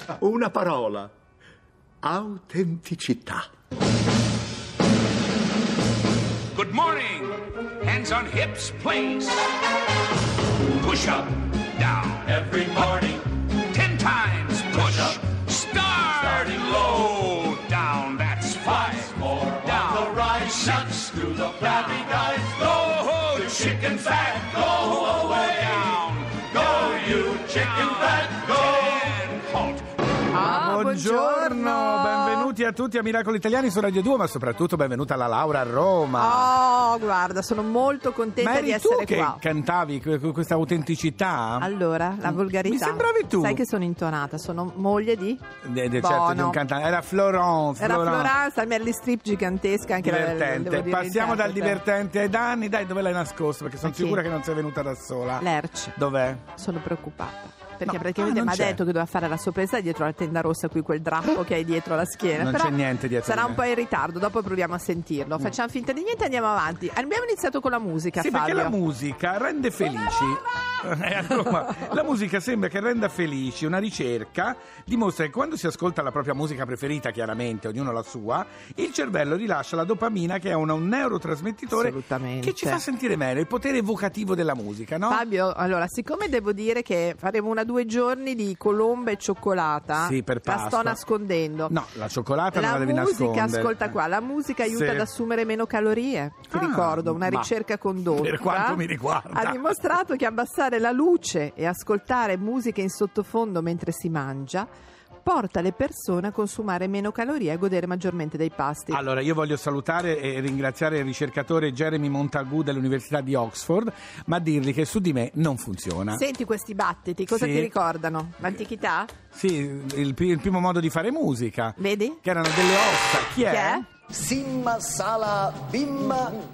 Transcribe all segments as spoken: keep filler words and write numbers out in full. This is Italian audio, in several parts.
Una parola. Autenticità. Good morning. Hands on hips, please. Push up, down. Every morning. Ten times push. Push up. Start. Starting low. Down, that's five. More down. On the rise. Six. Through the flabby guys. Go, the chicken fat. Go away. Down. Go, you chicken fat. Go. Ten. Halt. Ah, buongiorno, benvenuti a tutti a Miracoli Italiani su Radio due, ma soprattutto benvenuta alla Laura a Roma. Oh, guarda, sono molto contenta ma eri di essere tu che qua. cantavi con questa autenticità? Allora, la volgarità. Mi sembravi tu. Sai che sono intonata, sono moglie di De, de, certo, di un cantante. Era Florence. Era Florence, Florence, la Meryl Streep gigantesca, anche divertente. la, dire, Passiamo dal divertente ai danni. Dai, dove l'hai nascosto? Perché sono chi? sicura che non sei venuta da sola. Lerch. Dov'è? Sono preoccupata. Perché No, praticamente ah, mi ha non c'è. detto che doveva fare la sorpresa dietro la tenda rossa, qui quel drappo che hai dietro la schiena. Non Però c'è niente dietro sarà di un me. po' in ritardo, dopo proviamo a sentirlo. Facciamo finta di niente e andiamo avanti. Abbiamo iniziato con la musica, Sì, Fabio. perché la musica rende felici. Eh, allora, la musica sembra che renda felici. Una ricerca dimostra che quando si ascolta la propria musica preferita, chiaramente, ognuno la sua, il cervello rilascia la dopamina, che è una- un neurotrasmettitore Assolutamente. che ci fa sentire meglio, il potere evocativo della musica, no? Fabio, allora, siccome devo dire che faremo una due giorni di colomba e cioccolata, Sì, per la Pasqua. sto nascondendo. No, la cioccolata non La la devi musica, nascondere. ascolta qua, la musica aiuta Sì. ad assumere meno calorie. Ti Ah, ricordo, una ma ricerca condotta per quanto mi riguarda. ha dimostrato che abbassare la luce e ascoltare musica in sottofondo mentre si mangia porta le persone a consumare meno calorie e a godere maggiormente dei pasti. Allora, io voglio salutare e ringraziare il ricercatore Jeremy Montagu dell'Università di Oxford, ma dirgli che su di me non funziona. Senti questi battiti, cosa Sì. ti ricordano? L'antichità? Sì, il, pri- il primo modo di fare musica. Vedi? Che erano delle ossa. Chi è? Chi è? Simma Sala Bim.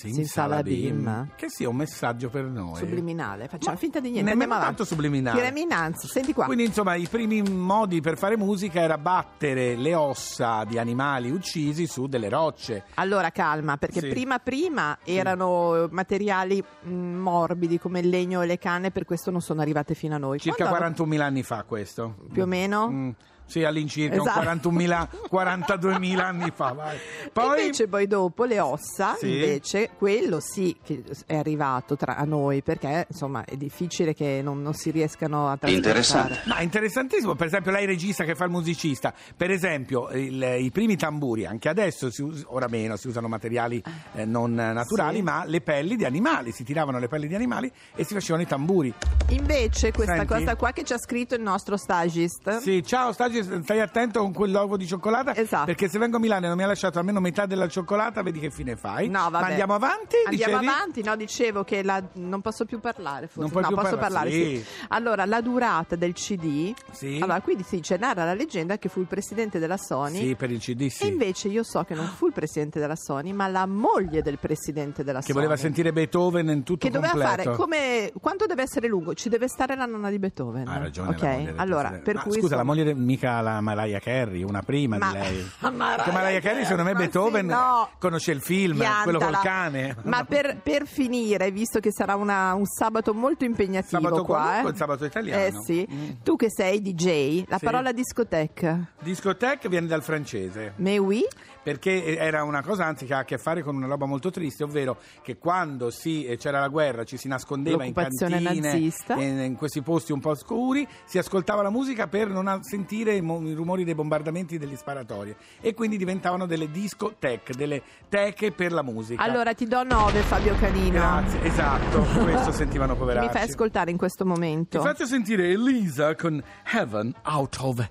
Simsalabim. Che sia un messaggio per noi. Subliminale, facciamo Ma finta di niente, nemmeno andiamo avanti. tanto subliminale. Tirami innanzi, senti qua. Quindi insomma i primi modi per fare musica era battere le ossa di animali uccisi su delle rocce. Allora calma, perché Sì. prima prima erano materiali mh, morbidi come il legno e le canne, per questo non sono arrivate fino a noi. Circa Quando- quarantumila anni fa questo. Più o meno? Mm, sì, all'incirca Esatto. un quarantunomila, quarantaduemila anni fa, vai. Poi Invece poi dopo le ossa, Sì. invece quello sì che è arrivato tra a noi, perché insomma è difficile che non, non si riescano a trasportare. Interessante. No, è interessantissimo. Per esempio, lei è regista che fa il musicista. Per esempio, il- i primi tamburi, anche adesso, si us- ora meno, si usano materiali eh, non naturali, Sì. ma le pelli di animali. Si tiravano le pelli di animali e si facevano i tamburi. Invece questa Senti. cosa qua che ci ha scritto il nostro stagist. Sì, ciao, Stagi, stai attento con quell'uovo di cioccolata. Esatto. Perché se vengo a Milano e non mi ha lasciato almeno metà della cioccolata, vedi che fine fai. No, vabbè. Ma andiamo avanti? Andiamo dicevi? avanti, no, dicevo che la... non posso più parlare, forse. Non puoi no, più posso parlare, parlare, sì. sì. Allora, la durata del C D. Sì. Allora, qui si dice, narra la leggenda che fu il presidente della Sony. Sì, per il C D, sì. E invece io so che non fu il presidente della Sony, ma la moglie del presidente della Che Sony. voleva sentire Beethoven in tutto Che doveva completo. fare come quanto deve essere lungo? Ci deve stare la nonna di Beethoven. Ha ragione Ok, la moglie del allora, presidente. per Ma cui scusa, la insomma- moglie de- mica la Mariah Carey, una prima Ma- di lei. Mariah Che Mariah Carey secondo me ma Beethoven sì, no. conosce il film, quello col Piantala. cane. Ma per, per finire, visto che sarà una- un sabato molto impegnativo Sabato qua, qualunque, eh? il sabato italiano. Eh sì, Mm. tu che sei D J, la Sì. parola discoteca, Discoteca viene dal francese. mais oui? Perché era una cosa anzi che ha a che fare con una roba molto triste, ovvero che quando si, eh, c'era la guerra ci si nascondeva in L'occupazione cantine, nazista. in, in questi posti un po' oscuri, si ascoltava la musica per non a- sentire i, mo- i rumori dei bombardamenti, degli sparatori, e quindi diventavano delle discoteche, delle teche per la musica. Allora ti do nove, Fabio Canino. Grazie, esatto, questo sentivano Che poveracci. mi fai ascoltare in questo momento? Ti faccio sentire Elisa con Heaven Out of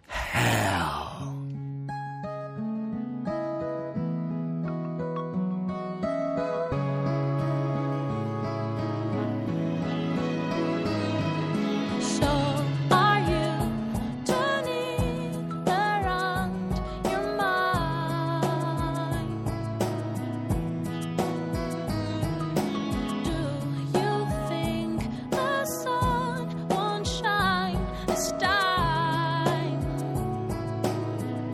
Hell. So are you turning around your mind? Do you think the sun won't shine this time?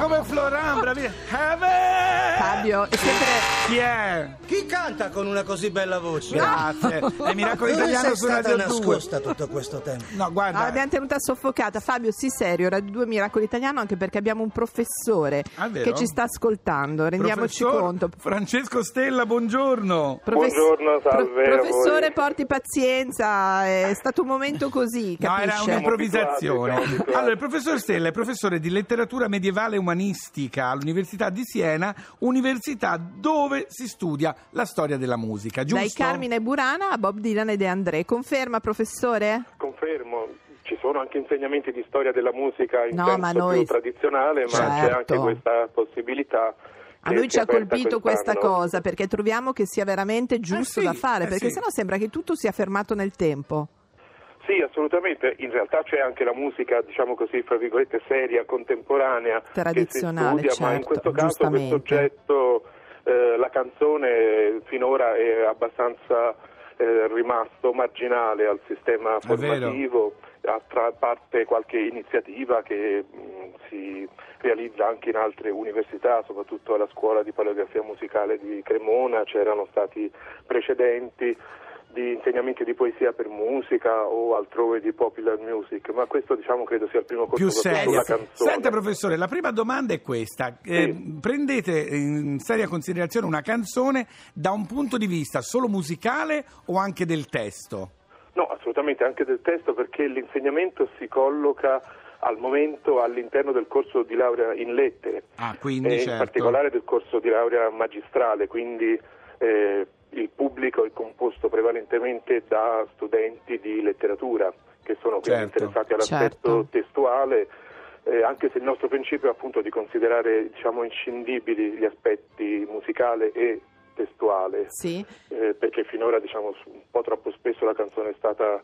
come Florent, bravi. Heaven! Fabio, è sempre... Chi è? Chi canta con una così bella voce? Grazie. È Miracolo Dove Italiano sei su stata Radio due. nascosta tutto questo tempo? No, guarda. Ah, l'abbiamo tenuta soffocata. Fabio, sii serio, Radio due Miracolo Italiano, anche perché abbiamo un professore Ah, vero? che ci sta ascoltando, rendiamoci Professor conto. Francesco Stella, buongiorno. Profes- Buongiorno, salve a professore, voi. porti pazienza, è stato un momento così, No, era capisce? un'improvvisazione. Siamo abituati, siamo Allora, il professor Stella è professore di letteratura medievale e umanistica all'Università di Siena, università dove si studia la storia della musica, giusto? Dai Carmine Burana a Bob Dylan e De André. Conferma, professore? Confermo, ci sono anche insegnamenti di storia della musica in No, senso ma noi- più tradizionale, ma c'è Certo. anche questa possibilità. A che noi si ci è ha aperta colpito questa quest'anno. cosa perché troviamo che sia veramente giusto Eh sì, da fare, eh perché sì. sennò sembra che tutto sia fermato nel tempo. Sì, assolutamente. In realtà c'è anche la musica, diciamo così, fra virgolette, seria, contemporanea, Tradizionale, che si studia, ma in certo, questo caso giustamente. questo oggetto, eh, la canzone, finora è abbastanza eh, rimasto marginale al sistema È vero. formativo, a tra parte qualche iniziativa che mh, si realizza anche in altre università, soprattutto alla scuola di paleografia musicale di Cremona, c'erano stati precedenti di insegnamenti di poesia per musica o altrove di popular music, ma questo diciamo credo sia il primo corso Più proprio seria. sulla canzone. Senta professore, la prima domanda è questa. Eh, prendete in seria considerazione una canzone da un punto di vista solo musicale o anche del testo? No, assolutamente anche del testo, perché l'insegnamento si colloca al momento all'interno del corso di laurea in lettere, Ah, quindi e in certo. particolare del corso di laurea magistrale, quindi eh, il pubblico è composto prevalentemente da studenti di letteratura che sono quindi Certo. interessati all'aspetto Certo. testuale, eh, anche se il nostro principio è appunto di considerare, diciamo, inscindibili gli aspetti musicale e testuale, Sì. eh, perché finora, diciamo, un po' troppo spesso la canzone è stata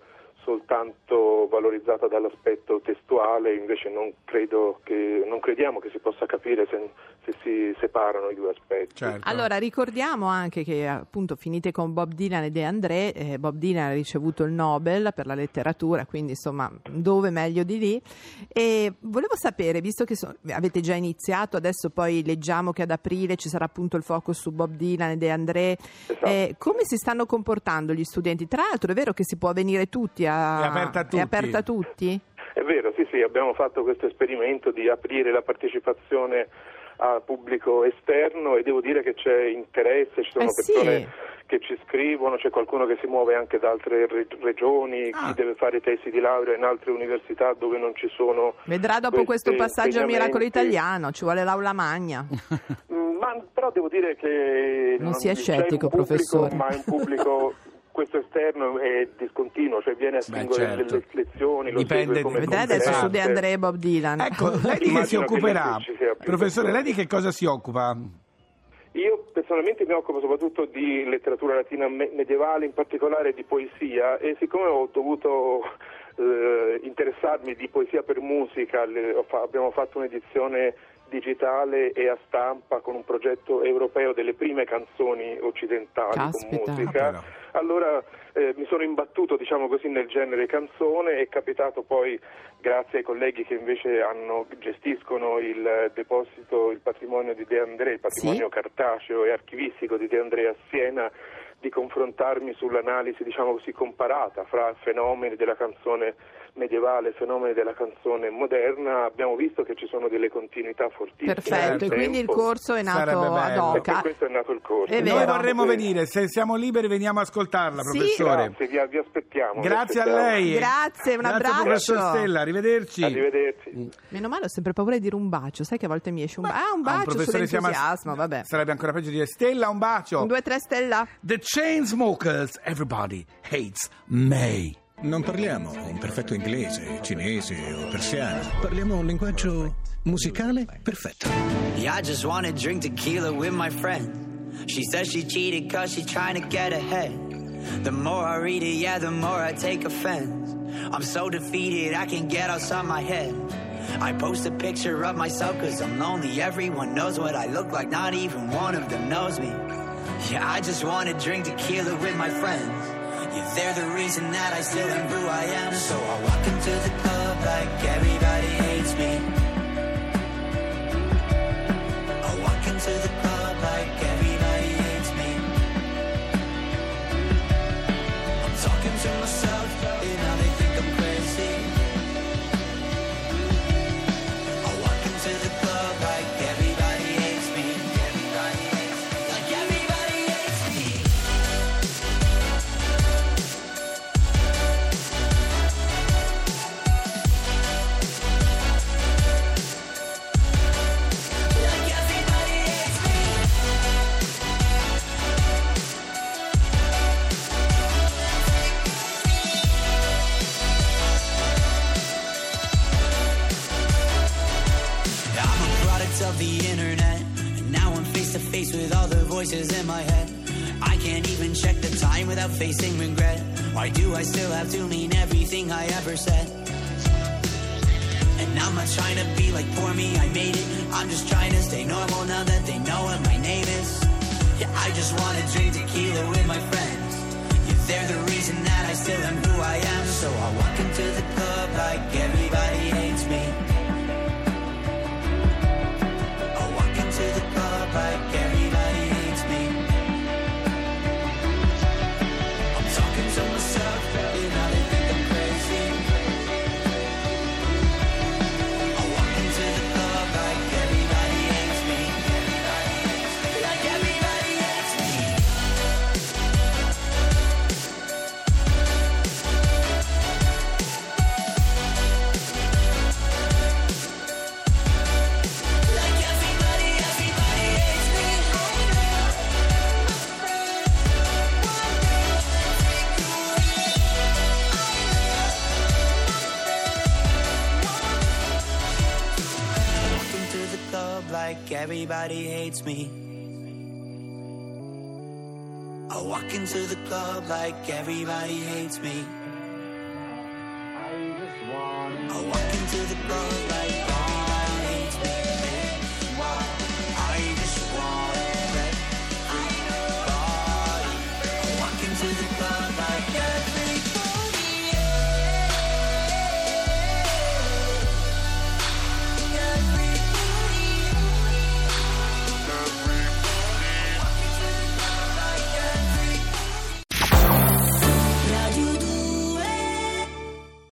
soltanto valorizzata dall'aspetto testuale, invece non credo che non crediamo che si possa capire se, se si separano i due aspetti. Certo. Allora ricordiamo anche che appunto finite con Bob Dylan e De André, eh, Bob Dylan ha ricevuto il Nobel per la letteratura, quindi insomma dove meglio di lì, e volevo sapere, visto che so- avete già iniziato, adesso poi leggiamo che ad aprile ci sarà appunto il focus su Bob Dylan e De André, Esatto. eh, come si stanno comportando gli studenti? Tra l'altro è vero che si può venire tutti a... È aperta a tutti. È aperta a tutti? È vero, sì, sì, abbiamo fatto questo esperimento di aprire la partecipazione a pubblico esterno e devo dire che c'è interesse, ci sono Eh sì. persone che ci scrivono, c'è qualcuno che si muove anche da altre re- regioni, Ah. chi deve fare tesi di laurea in altre università dove non ci sono. Vedrà dopo questi questo passaggio a Miracolo insegnamenti. Italiano, ci vuole l'aula magna. Mm, Ma però devo dire che Non sia c'è scettico, un pubblico, professore. ma è un pubblico questo esterno è discontinuo, cioè viene a Beh, singole certo. le lezioni, lo Dipende segue come di- Vedrà adesso su De conferenze. André e Bob Dylan. Ecco, lei di che si Immagino che occuperà? ci sia più Professore, lei persone. di che cosa si occupa? Io personalmente mi occupo soprattutto di letteratura latina me- medievale, in particolare di poesia, e siccome ho dovuto eh, interessarmi di poesia per musica, le- ho fa- abbiamo fatto un'edizione digitale e a stampa con un progetto europeo delle prime canzoni occidentali Caspita. con musica. Ah, però. Allora eh, mi sono imbattuto, diciamo così, nel genere canzone. È capitato poi, grazie ai colleghi che invece hanno, gestiscono il eh, deposito, il patrimonio di De André, il patrimonio Sì. cartaceo e archivistico di De André a Siena, di confrontarmi sull'analisi, diciamo così, comparata fra fenomeni della canzone medievale e fenomeni della canzone moderna. Abbiamo visto che ci sono delle continuità fortissime. Perfetto, e nel quindi il tempo. corso è nato Sarebbe ad bello. E hoc. per questo è nato il corso. È Noi vero. vorremmo Sì. venire, se siamo liberi veniamo a ascoltarla, Sì. professore. Grazie, vi, vi aspettiamo. vi Grazie a aspettiamo. lei. Grazie, un Grazie abbraccio. professor Stella, arrivederci. Arrivederci. Meno male, ho sempre paura di dire un bacio, sai che a volte mi esce un bacio. Ah, un Ah, un bacio professore si chiama- sull'entusiasmo, vabbè. Sarebbe ancora peggio dire Stella, un bacio. Un due tre stella. The Chainsmokers, everybody hates May. Non parliamo un perfetto inglese, cinese o persiano. Parliamo un linguaggio musicale perfetto. Yeah, I just wanna drink tequila with my friend. She says she cheated cause she's trying to get ahead. The more I read it, yeah, the more I take offense. I'm so defeated, I can't get outside my head. I post a picture of myself cause I'm lonely. Everyone knows what I look like, not even one of them knows me. Yeah, I just wanna drink tequila with my friends. Yeah, they're the reason that I still am who I am. So I walk into the club like everybody hates me. can't even check the time without facing regret. Why do I still have to mean everything I ever said? And I'm not trying to be like poor me, I made it. I'm just trying to stay normal now that they know what my name is. Yeah, I just wanna drink tequila with my friends. Yeah, they're the reason that I still am who I am. So I walk into the club like everybody hates me. I walk into the club like everybody hates me. I'm talking to myself, you know they think I'm crazy. I walk into the club like everybody hates me. Like everybody hates me. Like everybody, everybody hates me. Walk into the club like everybody hates me. I walk into the club like everybody hates me.